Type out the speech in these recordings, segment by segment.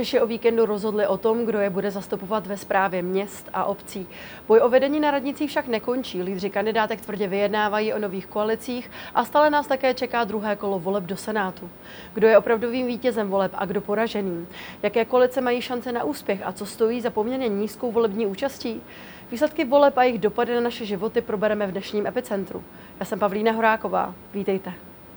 Češi o víkendu rozhodli o tom, kdo je bude zastupovat ve správě měst a obcí. Boj o vedení na radnicích však nekončí. Lídři kandidátek tvrdě vyjednávají o nových koalicích a stále nás také čeká druhé kolo voleb do Senátu. Kdo je opravdovým vítězem voleb a kdo poraženým? Jaké koalice mají šance na úspěch a co stojí za poměrně nízkou volební účastí? Výsledky voleb a jejich dopady na naše životy probereme v dnešním Epicentru. Já jsem Pavlína Horáková. Vítejte.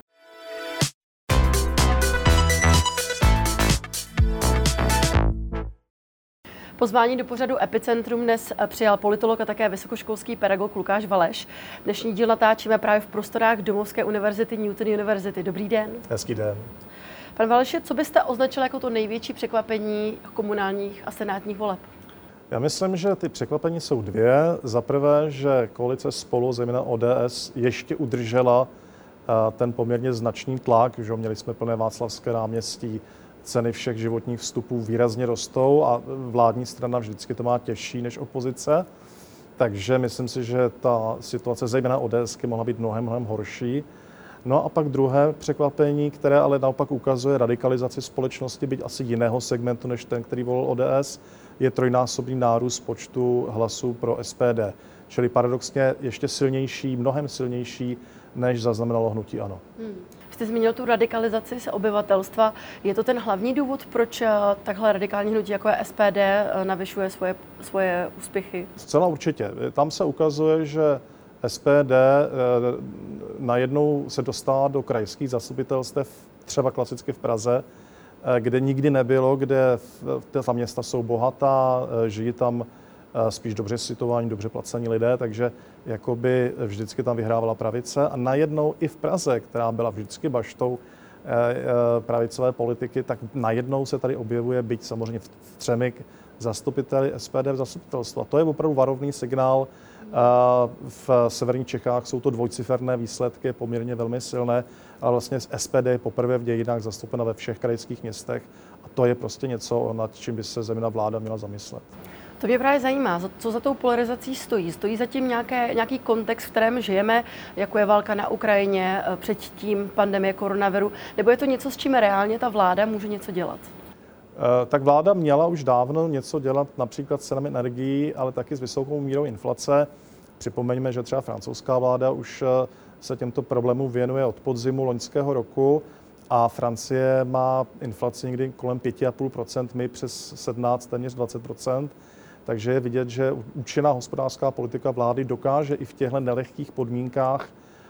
Pozvání do pořadu Epicentrum dnes přijal politolog a také vysokoškolský pedagog Lukáš Valeš. Dnešní díl natáčíme právě v prostorách Domovské univerzity Newton University. Dobrý den. Hezký den. Pan Valeši, co byste označil jako to největší překvapení komunálních a senátních voleb? Já myslím, že ty překvapení jsou dvě. Za prvé, že koalice Spolu, zejména ODS, ještě udržela ten poměrně značný tlak, že měli jsme plné Václavské náměstí, ceny všech životních vstupů výrazně rostou a vládní strana vždycky to má těžší než opozice. Takže myslím si, že ta situace, zejména ODSky, mohla být mnohem horší. No a pak druhé překvapení, které ale naopak ukazuje radikalizaci společnosti, byť asi jiného segmentu než ten, který volil ODS, je trojnásobný nárůst počtu hlasů pro SPD. Čili paradoxně ještě silnější, mnohem silnější, než zaznamenalo hnutí ANO. Jste zmínil tu radikalizaci se obyvatelstva. Je to ten hlavní důvod, proč takhle radikální hnutí, jako je SPD, navyšuje svoje úspěchy? Zcela určitě. Tam se ukazuje, že SPD najednou se dostává do krajských zastupitelstev, třeba klasicky v Praze, kde nikdy nebylo, kde ta města jsou bohatá, žijí tam spíš dobře situovaní, dobře placení lidé, takže jakoby vždycky tam vyhrávala pravice. A najednou i v Praze, která byla vždycky baštou pravicové politiky, tak najednou se tady objevuje, byť samozřejmě v třemi zastupiteli SPD v zastupitelstvu. A to je opravdu varovný signál. V severních Čechách jsou to dvojciferné výsledky, poměrně velmi silné, ale vlastně SPD je poprvé v dějinách zastoupena ve všech krajských městech. A to je prostě něco, nad čím by se zejména vláda měla zamyslet. To mě právě zajímá, co za tou polarizací stojí. Stojí zatím nějaký kontext, v kterém žijeme, jako je válka na Ukrajině, předtím pandemie koronaviru, nebo je to něco, s čím reálně ta vláda může něco dělat? Tak vláda měla už dávno něco dělat například s cenami energií, ale taky s vysokou mírou inflace. Připomeňme, že třeba francouzská vláda už se těmto problémům věnuje od podzimu loňského roku a Francie má inflaci někdy kolem 5,5%, my přes 17, téměř 20%. Takže je vidět, že účinná hospodářská politika vlády dokáže i v těchto nelehkých podmínkách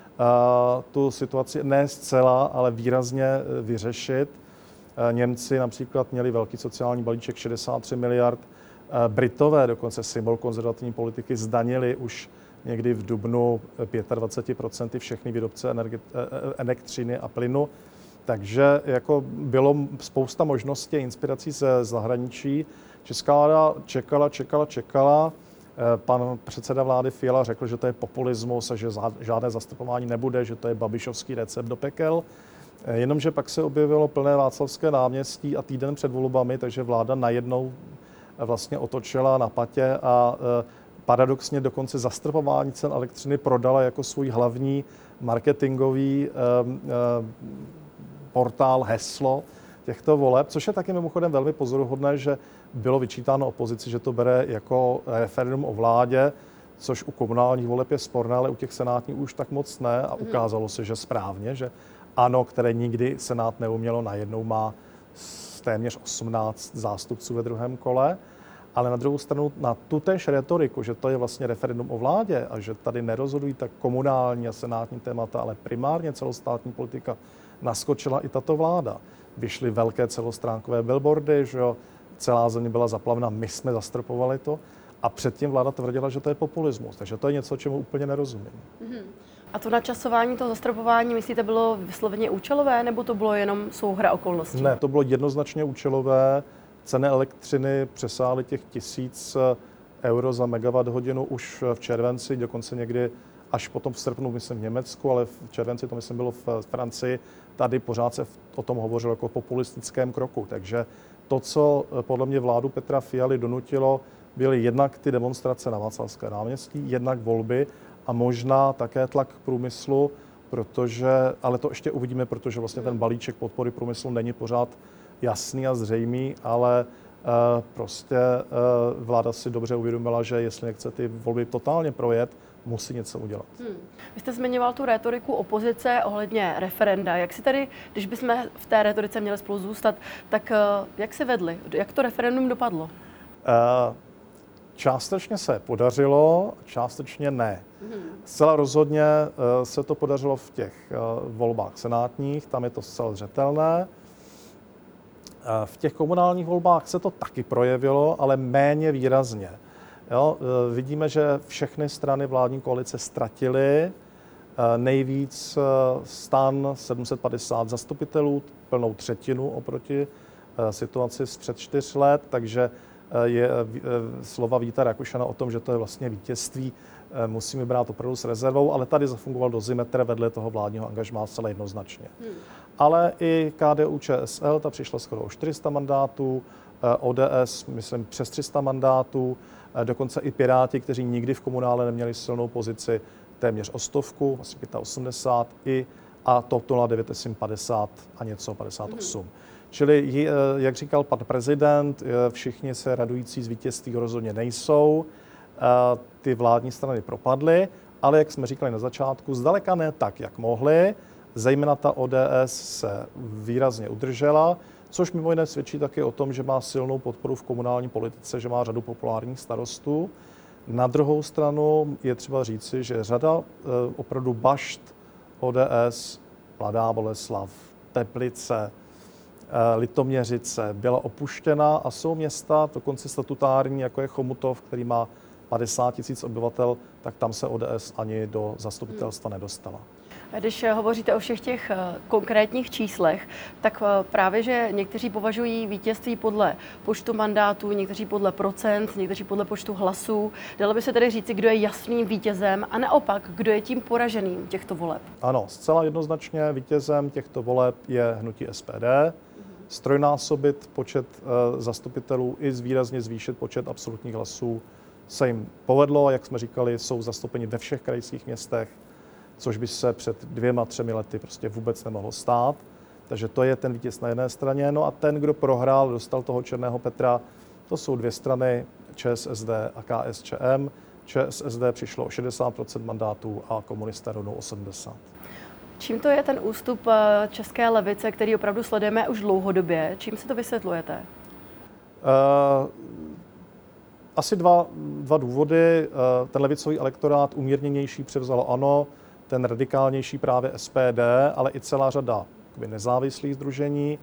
tu situaci ne zcela, ale výrazně vyřešit. Němci například měli velký sociální balíček 63 miliard. Britové, dokonce symbol konzervativní politiky, zdanili už někdy v dubnu 25% všechny výrobce elektřiny a plynu. Takže jako bylo spousta možností a inspirací ze zahraničí. Česká vláda čekala. Pan předseda vlády Fiala řekl, že to je populismus a že žádné zastropování nebude, že to je babišovský recept do pekel. Jenomže pak se objevilo plné Václavské náměstí a týden před volbami, takže vláda najednou vlastně otočila na patě a paradoxně dokonce zastropování cen elektřiny prodala jako svůj hlavní marketingový portál, heslo těchto voleb, což je taky mimochodem velmi pozoruhodné, že bylo vyčítáno opozici, že to bere jako referendum o vládě, což u komunálních voleb je sporné, ale u těch senátních už tak moc ne a ukázalo se, že správně, že ANO, které nikdy senát neumělo, najednou má téměř 18 zástupců ve druhém kole, ale na druhou stranu na tutéž retoriku, že to je vlastně referendum o vládě a že tady nerozhodují tak komunální a senátní témata, ale primárně celostátní politika, naskočila i tato vláda. Vyšly velké celostránkové billboardy, že jo, celá země byla zaplavena, my jsme zastropovali to a předtím vláda tvrdila, že to je populismus, takže to je něco, čemu úplně nerozumím. A to načasování, to zastropování, myslíte, bylo vysloveně účelové, nebo to bylo jenom souhra okolností? Ne, to bylo jednoznačně účelové. Ceny elektřiny přesáhly těch 1000 euro za megawatt hodinu už v červenci, dokonce někdy až potom v srpnu, myslím v Německu, ale v červenci to myslím bylo v Francii. Tady pořád se o tom hovořilo jako o populistickém kroku. Takže to, co podle mě vládu Petra Fialy donutilo, byly jednak ty demonstrace na Václavské náměstí, jednak volby a možná také tlak průmyslu, ale to ještě uvidíme, protože vlastně ten balíček podpory průmyslu není pořád jasný a zřejmý, ale prostě vláda si dobře uvědomila, že jestli nechce ty volby totálně projet, musí něco udělat. Vy jste zmiňoval tu rétoriku opozice ohledně referenda. Jak si tady, když bychom v té rétorice měli spolu zůstat, tak jak se vedli? Jak to referendum dopadlo? Částečně se podařilo, částečně ne. Zcela rozhodně se to podařilo v těch volbách senátních, tam je to zcela zřetelné. V těch komunálních volbách se to taky projevilo, ale méně výrazně. Jo, vidíme, že všechny strany vládní koalice ztratily, nejvíc STAN 750 zastupitelů, plnou třetinu oproti situaci z před 4 let, takže je slova Víta Rakušana o tom, že to je vlastně vítězství, musíme brát opravdu s rezervou, ale tady zafungoval dozimetr vedle toho vládního angažmá zcela jednoznačně. Ale i KDU-ČSL, ta přišla skoro o 400 mandátů, ODS, myslím, přes 300 mandátů, dokonce i Piráti, kteří nikdy v komunále neměli silnou pozici, téměř o 100, asi 85, a TOP 09 50 a něco, 58. Čili, jak říkal pan prezident, všichni se radující z vítězství rozhodně nejsou. Ty vládní strany propadly, ale jak jsme říkali na začátku, zdaleka ne tak, jak mohly. Zejména ta ODS se výrazně udržela, což mimo jiné svědčí taky o tom, že má silnou podporu v komunální politice, že má řadu populárních starostů. Na druhou stranu je třeba říci, že řada opravdu bašt ODS, Mladá Boleslav, Teplice, Litoměřice byla opuštěna a jsou města, dokonce statutární, jako je Chomutov, který má 50 000 obyvatel, tak tam se ODS ani do zastupitelstva nedostala. Když hovoříte o všech těch konkrétních číslech, tak právě, že někteří považují vítězství podle počtu mandátů, někteří podle procent, někteří podle počtu hlasů. Dalo by se tedy říci, kdo je jasným vítězem a naopak, kdo je tím poraženým těchto voleb? Ano, zcela jednoznačně vítězem těchto voleb je hnutí SPD. Strojnásobit počet zastupitelů i výrazně zvýšit počet absolutních hlasů se jim povedlo. Jak jsme říkali, jsou zastoupeni ve všech krajských městech, což by se před 2-3 lety prostě vůbec nemohlo stát. Takže to je ten vítěz na jedné straně. No a ten, kdo prohrál, dostal toho černého Petra, to jsou 2 strany, ČSSD a KSČM. ČSSD přišlo o 60% mandátů a komunisté rovnou o 70%. Čím to je ten ústup české levice, který opravdu sledujeme už dlouhodobě? Čím si to vysvětlujete? Asi dva důvody. Ten levicový elektorát umírněnější převzalo ANO, ten radikálnější právě SPD, ale i celá řada nezávislých sdružení,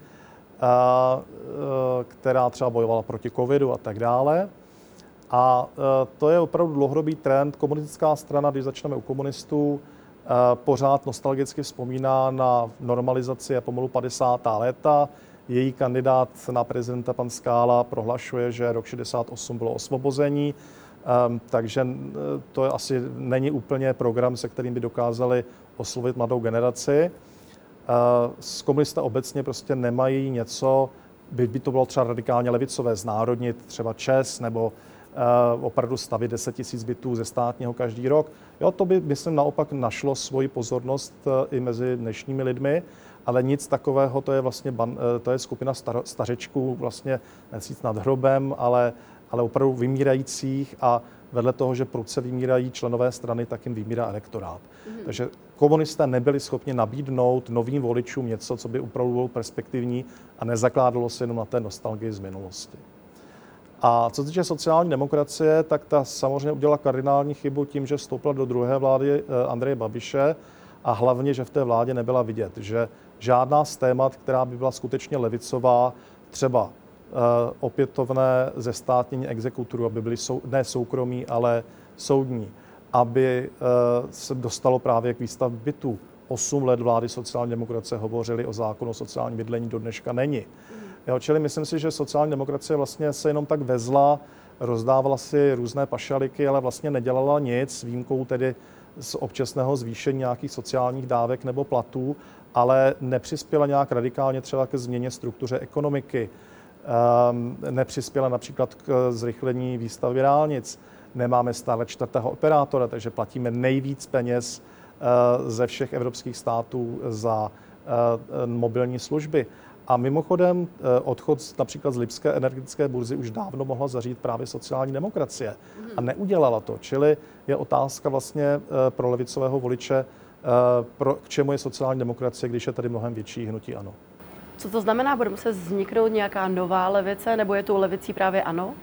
která třeba bojovala proti covidu a tak dále. A to je opravdu dlouhodobý trend. Komunistická strana, když začneme u komunistů, pořád nostalgicky vzpomíná na normalizaci a pomalu 50. léta. Její kandidát na prezidenta pan Skála prohlašuje, že rok 68 bylo osvobození, takže to asi není úplně program, se kterým by dokázali oslovit mladou generaci. Komunisté obecně prostě nemají něco, by to bylo třeba radikálně levicové, znárodnit třeba ČEZ nebo opravdu stavit 10 000 bytů ze státního každý rok. Jo, to by, myslím, naopak našlo svoji pozornost i mezi dnešními lidmi, ale nic takového, to je vlastně to je skupina stařečků, vlastně necít nad hrobem, ale opravdu vymírajících, a vedle toho, že prudce vymírají členové strany, tak jim vymírá elektorát. Takže komunisté nebyli schopni nabídnout novým voličům něco, co by opravdu bylo perspektivní a nezakládalo se jenom na té nostalgii z minulosti. A co se týče sociální demokracie, tak ta samozřejmě udělala kardinální chybu tím, že vstoupila do druhé vlády Andreje Babiše a hlavně, že v té vládě nebyla vidět, že žádná z témat, která by byla skutečně levicová, třeba opětovné zestátnění exekutorů, aby byly ne soukromí, ale soudní, aby se dostalo právě k výstavbě bytů. 8 let vlády sociální demokracie hovořily o zákonu o sociálním bydlení, do dneška není. Jo, čili myslím si, že sociální demokracie vlastně se jenom tak vezla, rozdávala si různé pašaliky, ale vlastně nedělala nic, s výjimkou tedy z občasného zvýšení nějakých sociálních dávek nebo platů, ale nepřispěla nějak radikálně třeba ke změně struktuře ekonomiky, nepřispěla například k zrychlení výstavby dálnic. Nemáme stále 4. operátora, takže platíme nejvíc peněz ze všech evropských států za mobilní služby. A mimochodem odchod například z lipské energetické burzy už dávno mohla zařídit právě sociální demokracie. A neudělala to. Čili je otázka vlastně pro levicového voliče, k čemu je sociální demokracie, když je tady mnohem větší hnutí ANO. Co to znamená? Bude muset vzniknout nějaká nová levice, nebo je tou levicí právě ANO?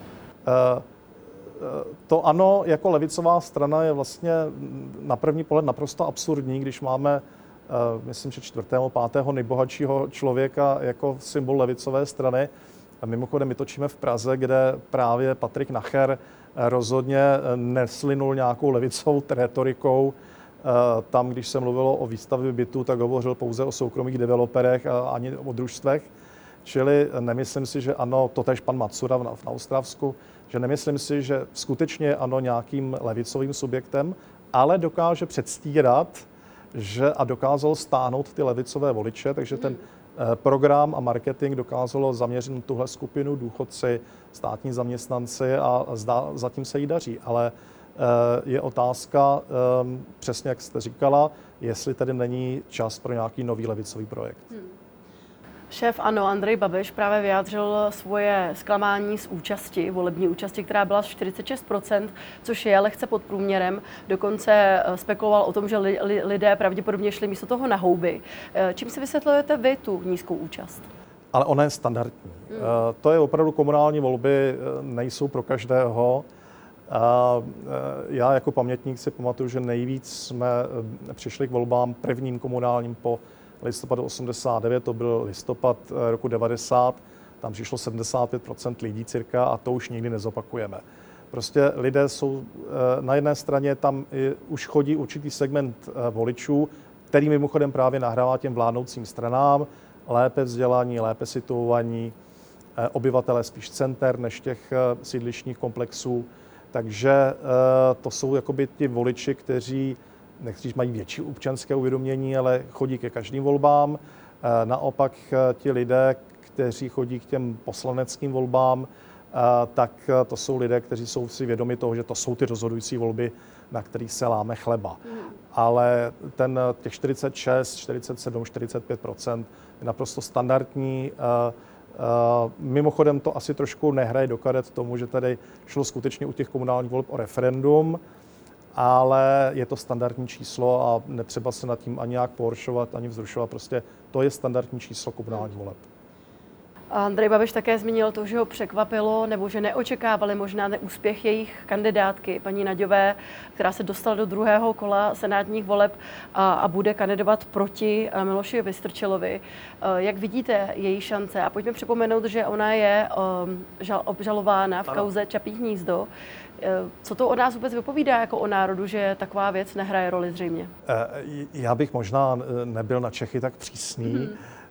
To ANO jako levicová strana je vlastně na první pohled naprosto absurdní, když máme, myslím, že 4., 5. nejbohatšího člověka jako symbol levicové strany. A mimochodem my točíme v Praze, kde právě Patrik Nacher rozhodně neslinul nějakou levicovou rétorikou. Tam, když se mluvilo o výstavbě bytů, tak hovořil pouze o soukromých developerech a ani o družstvech. Čili nemyslím si, že ANO, totéž pan Macura na Ostravsku, že nemyslím si, že skutečně je ANO nějakým levicovým subjektem, ale dokáže předstírat, a dokázal stáhnout ty levicové voliče, takže ten program a marketing dokázalo zaměřit na tuhle skupinu, důchodci, státní zaměstnanci a zatím se jí daří. Ale je otázka, přesně jak jste říkala, jestli tady není čas pro nějaký nový levicový projekt. Šéf ANO Andrej Babiš právě vyjádřil svoje zklamání z účasti, volební účasti, která byla 46%, což je lehce pod průměrem. Dokonce spekuloval o tom, že lidé pravděpodobně šli místo toho na houby. Čím si vysvětlujete vy tu nízkou účast? Ale ona je standardní. To je opravdu, komunální volby nejsou pro každého. Já jako pamětník si pamatuju, že nejvíc jsme přišli k volbám prvním komunálním po listopadu 89, to byl listopad roku 90, tam přišlo 75% lidí cirka a to už nikdy nezopakujeme. Prostě lidé jsou, na jedné straně tam už chodí určitý segment voličů, který mimochodem právě nahrává těm vládnoucím stranám, lépe vzdělaní, lépe situovaní, obyvatelé spíš center než těch sídlištních komplexů. Takže to jsou jakoby ti voliči, kteří mají větší občanské uvědomění, ale chodí ke každým volbám. Naopak ti lidé, kteří chodí k těm poslaneckým volbám, tak to jsou lidé, kteří jsou si vědomi toho, že to jsou ty rozhodující volby, na kterých se láme chleba. Ale těch 46, 47, 45% je naprosto standardní. Mimochodem to asi trošku nehraje do karet tomu, že tady šlo skutečně u těch komunálních voleb o referendum, ale je to standardní číslo a netřeba se nad tím ani nějak pohoršovat, ani vzrušovat. Prostě to je standardní číslo komunálních voleb. Andrej Babiš také zmínil to, že ho překvapilo, nebo že neočekávali možná neúspěch jejich kandidátky, paní Nagyové, která se dostala do druhého kola senátních voleb a bude kandidovat proti Miloši Vystrčilovi. Jak vidíte její šance? A pojďme připomenout, že ona je obžalována v kauze Čapí hnízdo. Co to o nás vůbec vypovídá jako o národu, že taková věc nehraje roli zřejmě? Já bych možná nebyl na Čechy tak přísný.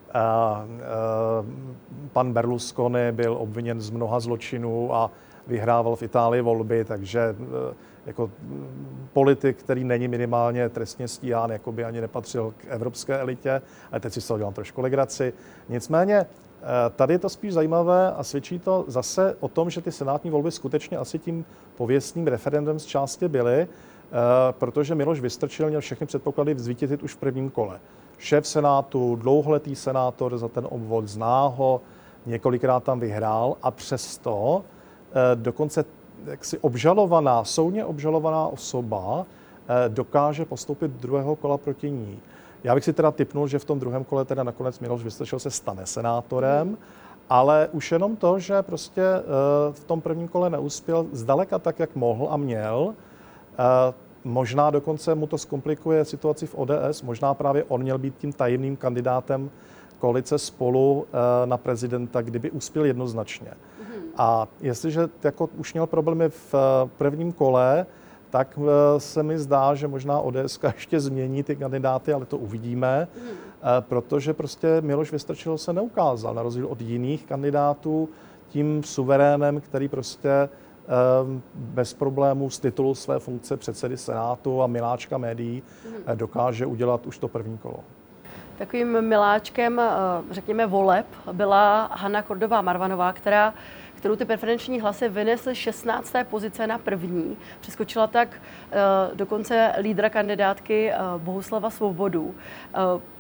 Pan Berlusconi byl obviněn z mnoha zločinů a vyhrával v Itálii volby, takže jako politik, který není minimálně trestně stíhán, jako by ani nepatřil k evropské elitě, ale teď si z toho dělám trošku legraci. Nicméně tady je to spíš zajímavé a svědčí to zase o tom, že ty senátní volby skutečně asi tím pověstným referendem z části byly, protože Miloš Vystrčil měl všechny předpoklady zvítězit už v prvním kole. Šéf Senátu, dlouholetý senátor za ten obvod, zná ho, několikrát tam vyhrál a přesto dokonce jaksi soudně obžalovaná osoba dokáže postoupit do druhého kola proti ní. Já bych si teda tipnul, že v tom druhém kole teda nakonec Miloš Vystrčil se stane senátorem, ale už jenom to, že prostě v tom prvním kole neuspěl zdaleka tak, jak mohl a měl, možná dokonce mu to zkomplikuje situaci v ODS, možná právě on měl být tím tajemným kandidátem koalice Spolu na prezidenta, kdyby uspěl jednoznačně. A jestliže jako už měl problémy v prvním kole, tak se mi zdá, že možná ODS ještě změní ty kandidáty, ale to uvidíme, protože prostě Miloš Vystrčil se neukázal, na rozdíl od jiných kandidátů, tím suverénem, který prostě bez problémů z titulu své funkce předsedy Senátu a miláčka médií dokáže udělat už to první kolo. Takovým miláčkem, řekněme, voleb byla Hana Kordová Marvanová, kterou ty preferenční hlasy vynesly 16. pozice na první. Přeskočila tak dokonce lídra kandidátky Bohuslava Svobodu.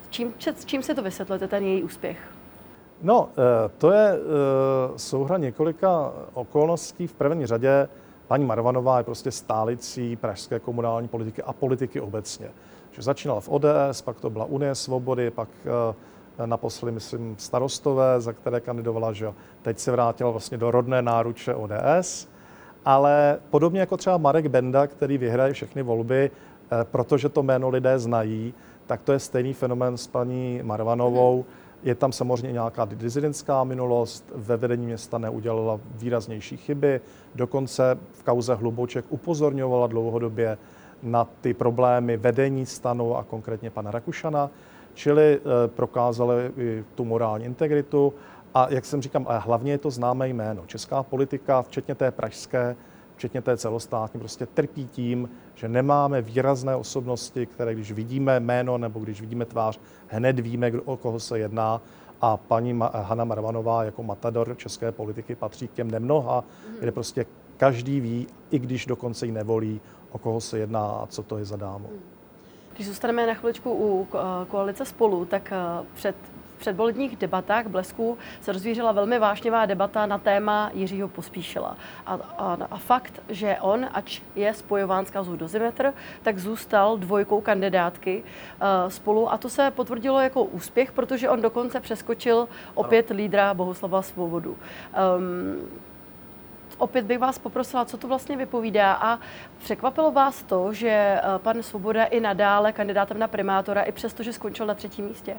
Čím si to vysvětlujete, ten její úspěch? No, to je souhra několika okolností. V první řadě paní Marvanová je prostě stálicí pražské komunální politiky a politiky obecně. Že začínala v ODS, pak to byla Unie svobody, pak naposledy, myslím, Starostové, za které kandidovala, že teď se vrátila vlastně do rodné náruče ODS. Ale podobně jako třeba Marek Benda, který vyhraje všechny volby, protože to jméno lidé znají, tak to je stejný fenomén s paní Marvanovou. Je tam samozřejmě nějaká dizidentská minulost, ve vedení města neudělala výraznější chyby, dokonce v kauze Hluboček upozorňovala dlouhodobě na ty problémy vedení STANu a konkrétně pana Rakušana, čili prokázali tu morální integritu a jak jsem říkal, hlavně je to známé jméno. Česká politika, včetně té pražské, včetně té celostátní, prostě trpí tím, že nemáme výrazné osobnosti, které když vidíme jméno nebo když vidíme tvář, hned víme, o koho se jedná. A paní Hana Marvanová jako matador české politiky patří k těm nemnoha, kde prostě každý ví, i když dokonce ji nevolí, o koho se jedná a co to je za dámu. Když zůstaneme na chviličku u koalice Spolu, tak v předvolebních debatách Blesku se rozvířila velmi vášnivá debata na téma Jiřího Pospíšila. A fakt, že on, ač je spojován s kauzou Dozimetr, tak zůstal dvojkou kandidátky Spolu a to se potvrdilo jako úspěch, protože on dokonce přeskočil opět lídra Bohuslava Svobodu. Opět bych vás poprosila, co to vlastně vypovídá a překvapilo vás to, že pan Svoboda i nadále kandidátem na primátora, i přesto, že skončil na 3. místě?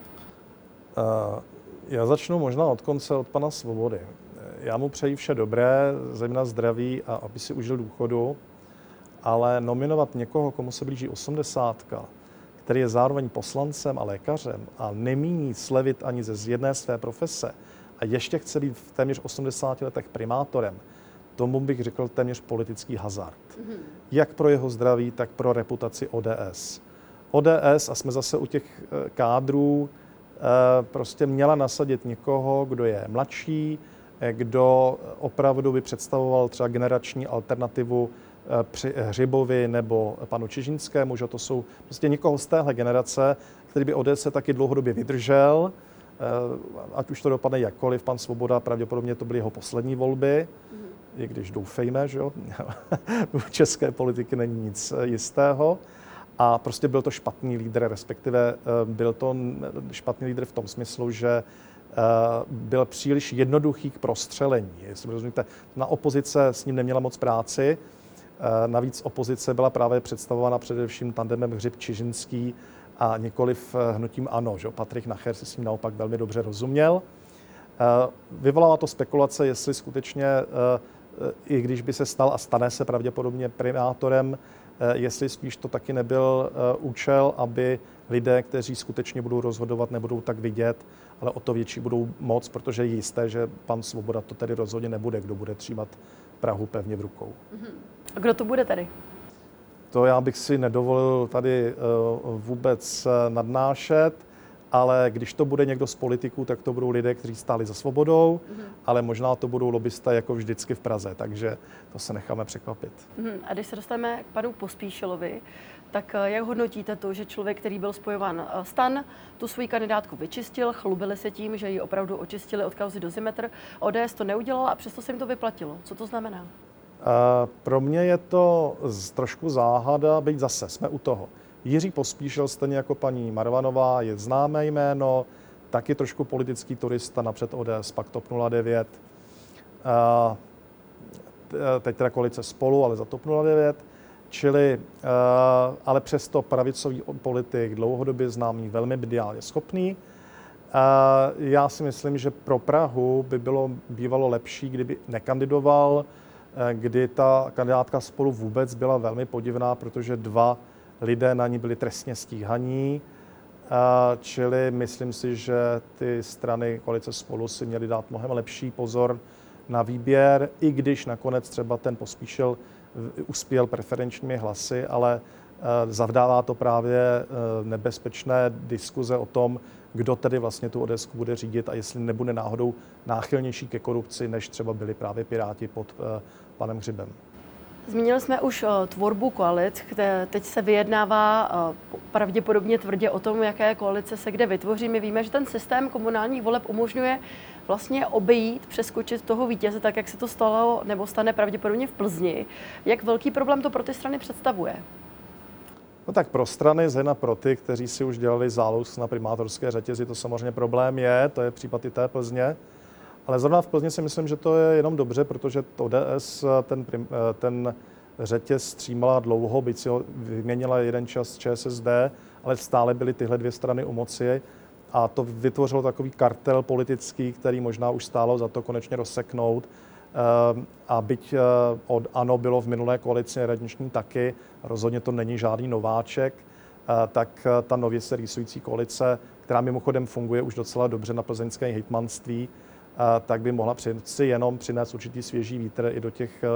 Já začnu možná od konce, od pana Svobody. Já mu přeji vše dobré, zejména zdraví a aby si užil důchodu, ale nominovat někoho, komu se blíží 80, který je zároveň poslancem a lékařem a nemíní slevit ani z jedné své profese a ještě chce být v téměř 80 letech primátorem, tomu bych řekl téměř politický hazard. Jak pro jeho zdraví, tak pro reputaci ODS. ODS, a jsme zase u těch kádrů, prostě měla nasadit někoho, kdo je mladší, kdo opravdu by představoval třeba generační alternativu při Hřibovi nebo panu Čižinskému, že to jsou prostě někoho z téhle generace, který by ODS taky dlouhodobě vydržel, ať už to dopadne jakkoliv, pan Svoboda, pravděpodobně to byly jeho poslední volby, i když doufejme, že jo, u české politiky není nic jistého. A prostě byl to špatný lídr, respektive byl to špatný lídr v tom smyslu, že byl příliš jednoduchý k prostřelení. Jestli rozumíte, na opozice s ním neměla moc práci. Navíc opozice byla právě představována především tandemem Hřib-Čižinský a nikoliv hnutím ANO. Že? Patrik Nacher si s ním naopak velmi dobře rozuměl. Vyvolala to spekulace, jestli skutečně, i když by se stal a stane se pravděpodobně primátorem, jestli spíš to taky nebyl účel, aby lidé, kteří skutečně budou rozhodovat, nebudou tak vidět, ale o to větší budou moc, protože je jisté, že pan Svoboda to tedy rozhodně nebude, kdo bude třímat Prahu pevně v rukou. A kdo to bude tady? To já bych si nedovolil tady vůbec nadnášet, ale když to bude někdo z politiků, tak to budou lidé, kteří stáli za Svobodou, ale možná to budou lobbysté jako vždycky v Praze, takže to se necháme překvapit. A když se dostaneme k panu Pospíšilovi, tak jak hodnotíte to, že člověk, který byl spojován STAN, tu svoji kandidátku vyčistil, chlubili se tím, že ji opravdu očistili od kauzy Dozimetr, ODS to neudělala a přesto se jim to vyplatilo. Co to znamená? Pro mě je to trošku záhada, byť zase jsme u toho. Jiří Pospíšil, stejně jako paní Marvanová, je známé jméno, taky trošku politický turista, napřed ODS, pak TOP 09. Teď teda koalice Spolu, ale za TOP 09. Čili, ale přesto pravicový politik, dlouhodobě známý, velmi mediálně schopný. Já si myslím, že pro Prahu by bývalo lepší, kdyby nekandidoval, kdy ta kandidátka Spolu vůbec byla velmi podivná, protože 2 lidé na ní byli trestně stíhaní, čili myslím si, že ty strany koalice Spolu si měly dát mnohem lepší pozor na výběr, i když nakonec třeba ten Pospíšil uspěl preferenčními hlasy, ale zavdává to právě nebezpečné diskuze o tom, kdo tedy vlastně tu ODSku bude řídit a jestli nebude náhodou náchylnější ke korupci, než třeba byli právě Piráti pod panem Hřibem. Zmínili jsme už tvorbu koalic, kde teď se vyjednává pravděpodobně tvrdě o tom, jaké koalice se kde vytvoří. My víme, že ten systém komunálních voleb umožňuje vlastně obejít, přeskočit toho vítěze, tak jak se to stalo nebo stane pravděpodobně v Plzni. Jak velký problém to pro ty strany představuje? No tak pro strany, zejména pro ty, kteří si už dělali záloh na primátorské řetězy, to samozřejmě problém je, to je případ i té Plzně. Ale zrovna v Plzni si myslím, že to je jenom dobře, protože ODS ten řetěz střímala dlouho, byť si ho vyměnila jeden čas ČSSD, ale stále byly tyhle dvě strany u moci a to vytvořilo takový kartel politický, který možná už stálo za to konečně rozseknout. A byť od ANO bylo v minulé koalici radniční taky, rozhodně to není žádný nováček, tak ta nově se rýsující koalice, která mimochodem funguje už docela dobře na plzeňské hejtmanství, tak by mohla jenom přinést určitý svěží vítr i do těch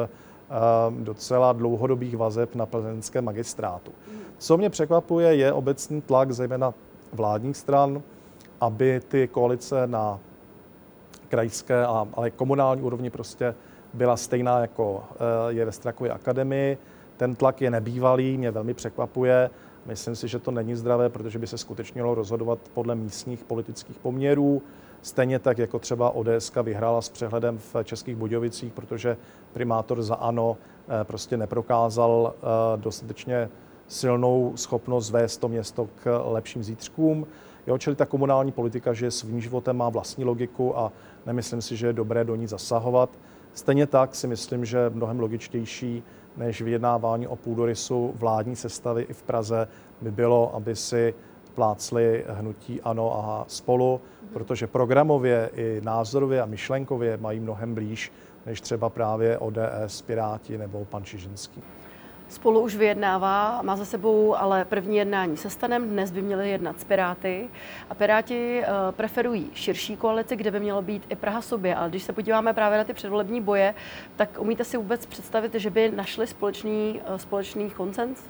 docela dlouhodobých vazeb na plzeňském magistrátu. Co mě překvapuje, je obecný tlak zejména vládních stran, aby ty koalice na krajské, ale komunální úrovni prostě byla stejná, jako je ve Strakově akademii. Ten tlak je nebývalý, mě velmi překvapuje. Myslím si, že to není zdravé, protože by se skutečně mělo rozhodovat podle místních politických poměrů. Stejně tak, jako třeba ODSka vyhrála s přehledem v Českých Budějovicích, protože primátor za ANO prostě neprokázal dostatečně silnou schopnost vést to město k lepším zítřkům. Čili ta komunální politika žije svým životem, má vlastní logiku a nemyslím si, že je dobré do ní zasahovat. Stejně tak si myslím, že je mnohem logičtější než vyjednávání o půdorysu vládní sestavy i v Praze by bylo, aby si plácli hnutí ANO a Spolu, protože programově i názorově a myšlenkově mají mnohem blíž než třeba právě ODS, Piráti nebo pan Čižinský. Spolu už vyjednává, má za sebou ale první jednání se STANem, dnes by měli jednat s Piráty a Piráti preferují širší koalici, kde by mělo být i Praha sobě, ale když se podíváme právě na ty předvolební boje, tak umíte si vůbec představit, že by našli společný koncens?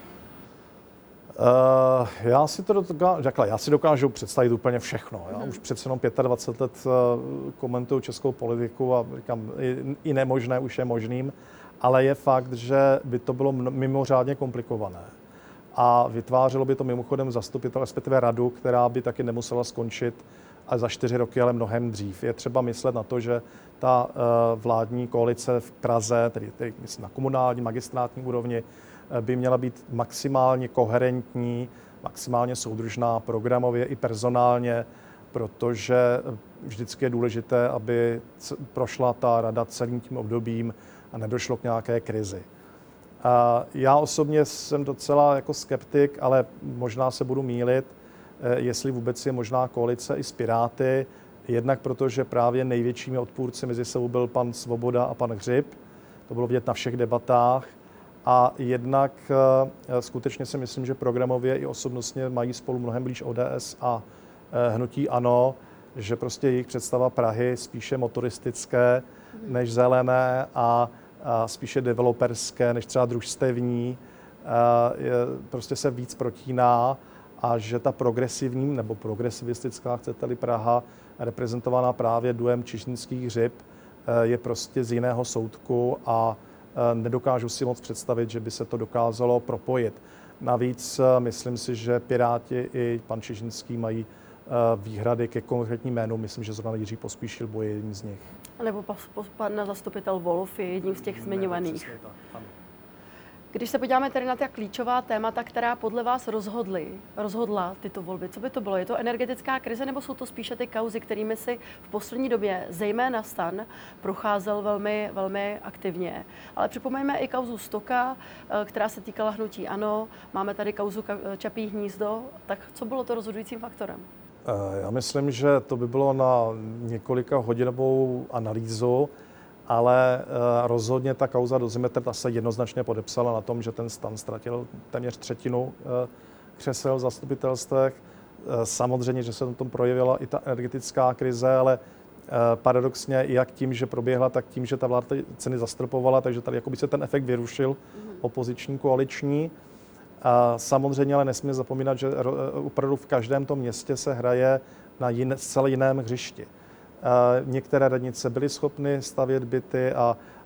Já si dokážu představit úplně všechno. Já už přece jenom 25 let komentuju českou politiku a říkám, i nemožné už je možným, ale je fakt, že by to bylo mimořádně komplikované. A vytvářelo by to mimochodem zastupitel, respektive radu, která by taky nemusela skončit za 4 roky, ale mnohem dřív. Je třeba myslet na to, že ta vládní koalice v Praze, tedy myslím na komunální, magistrátní úrovni, by měla být maximálně koherentní, maximálně soudržná programově i personálně, protože vždycky je důležité, aby prošla ta rada celým tím obdobím a nedošlo k nějaké krizi. Já osobně jsem docela jako skeptik, ale možná se budu mýlit, jestli vůbec je možná koalice i s Piráty, jednak protože právě největšími odpůrci mezi sebou byl pan Svoboda a pan Hřib, to bylo vidět na všech debatách, a jednak skutečně si myslím, že programově i osobnostně mají spolu mnohem blíž ODS a hnutí ANO, že prostě jejich představa Prahy spíše motoristické než zelené a spíše developerské než třeba družstevní, prostě se víc protíná a že ta progresivní nebo progresivistická, chcete-li Praha, reprezentovaná právě duem Čižinských Hřib, je prostě z jiného soudku a nedokážu si moc představit, že by se to dokázalo propojit. Navíc myslím si, že Piráti i pan Čižinský mají výhrady ke konkrétním jménům. Myslím, že zrovna Jiří Pospíšil byl jedním z nich. Nebo pan zastupitel Wolf je jedním z těch zmiňovaných. Když se podíváme tedy na ta klíčová témata, která podle vás rozhodla tyto volby, co by to bylo? Je to energetická krize nebo jsou to spíše ty kauzy, kterými si v poslední době zejména STAN procházel velmi, velmi aktivně? Ale připomeňme i kauzu Stoka, která se týkala hnutí ANO, máme tady kauzu Čapí hnízdo, tak co bylo to rozhodujícím faktorem? Já myslím, že to by bylo na několika hodinovou analýzu, ale rozhodně ta kauza Dozimetr se jednoznačně podepsala na tom, že ten STAN ztratil téměř 1/3 křesel v zastupitelstvech. Samozřejmě, že se na tom projevila i ta energetická krize, ale paradoxně i jak tím, že proběhla, tak tím, že ta vláda ceny zastropovala, takže tady jakoby se ten efekt vyrušil opoziční, koaliční. Samozřejmě ale nesmíme zapomínat, že opravdu v každém tom městě se hraje na zcela jiném hřišti. Některé radnice byly schopny stavět byty a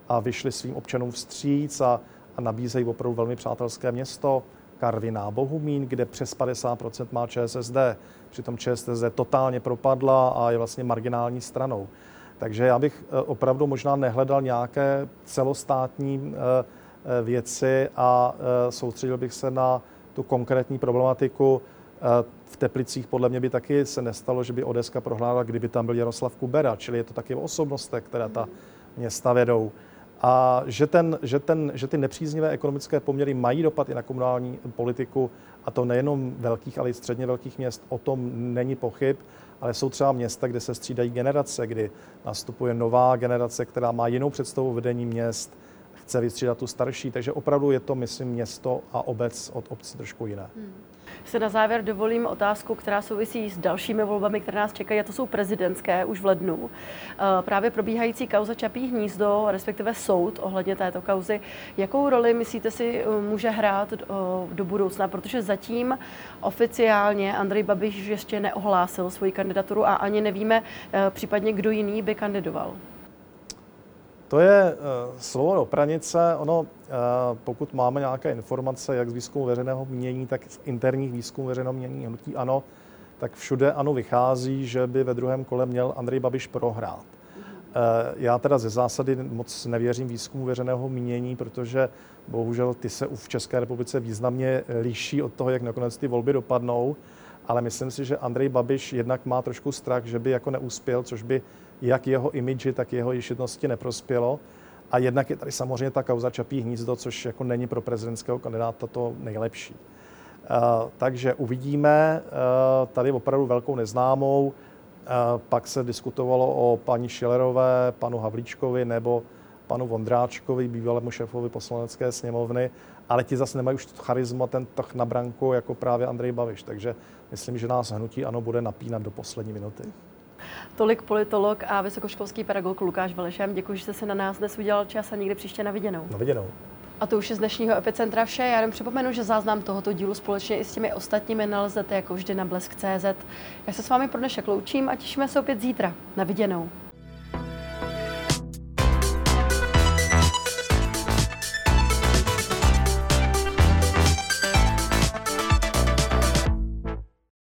a vyšli svým občanům vstříc a nabízejí opravdu velmi přátelské město. Karviná, Bohumín, kde přes 50% má ČSSD. Přitom ČSSD totálně propadla a je vlastně marginální stranou. Takže já bych opravdu možná nehledal nějaké celostátní věci a soustředil bych se na tu konkrétní problematiku. V Teplicích podle mě by taky se nestalo, že by ODS prohrála, kdyby tam byl Jaroslav Kubera, čili je to taky o osobnostech, které ta města vedou. A že ty nepříznivé ekonomické poměry mají dopad i na komunální politiku, a to nejenom velkých, ale i středně velkých měst, o tom není pochyb, ale jsou třeba města, kde se střídají generace, kdy nastupuje nová generace, která má jinou představu o vedení měst, chce vystřídat tu starší, takže opravdu je to, myslím, město a obec od obcí trošku jiné. Se na závěr dovolím otázku, která souvisí s dalšími volbami, které nás čekají, a to jsou prezidentské už v lednu. Právě probíhající kauza Čapí hnízdo, respektive soud ohledně této kauzy, jakou roli, myslíte si, může hrát do budoucna? Protože zatím oficiálně Andrej Babiš ještě neohlásil svoji kandidaturu a ani nevíme případně, kdo jiný by kandidoval. To je slovo do pranice. Ono, pokud máme nějaké informace, jak z výzkumu veřejného mínění, tak z interních výzkumů veřejného mínění hnutí ANO, tak všude ANO vychází, že by ve druhém kole měl Andrej Babiš prohrát. Já teda ze zásady moc nevěřím výzkumu veřejného mínění, protože bohužel ty se v České republice významně liší od toho, jak nakonec ty volby dopadnou. Ale myslím si, že Andrej Babiš jednak má trošku strach, že by jako neuspěl, což by jak jeho imidži, tak jeho ješitnosti neprospělo. A jednak je tady samozřejmě ta kauza Čapí hnízdo, což jako není pro prezidentského kandidáta to nejlepší. Takže uvidíme, tady opravdu velkou neznámou. Pak se diskutovalo o paní Schillerové, panu Havlíčkovi nebo panu Vondráčkovi, bývalému šéfovi poslanecké sněmovny, ale ti zase nemají už charisma, ten trh na branku, jako právě Andrej Babiš. Takže myslím, že nás hnutí ANO bude napínat do poslední minuty. Tolik politolog a vysokoškolský pedagog Lukáš Valešem. Děkuji, že jste se na nás dnes udělal čas a někdy příště na viděnou. Na viděnou. A to už je z dnešního Epicentra vše. Já jenom připomenu, že záznam tohoto dílu společně i s těmi ostatními nalezete jako vždy na blesk.cz. Já se s vámi pro dnešek loučím a těšíme se opět zítra. Na viděnou.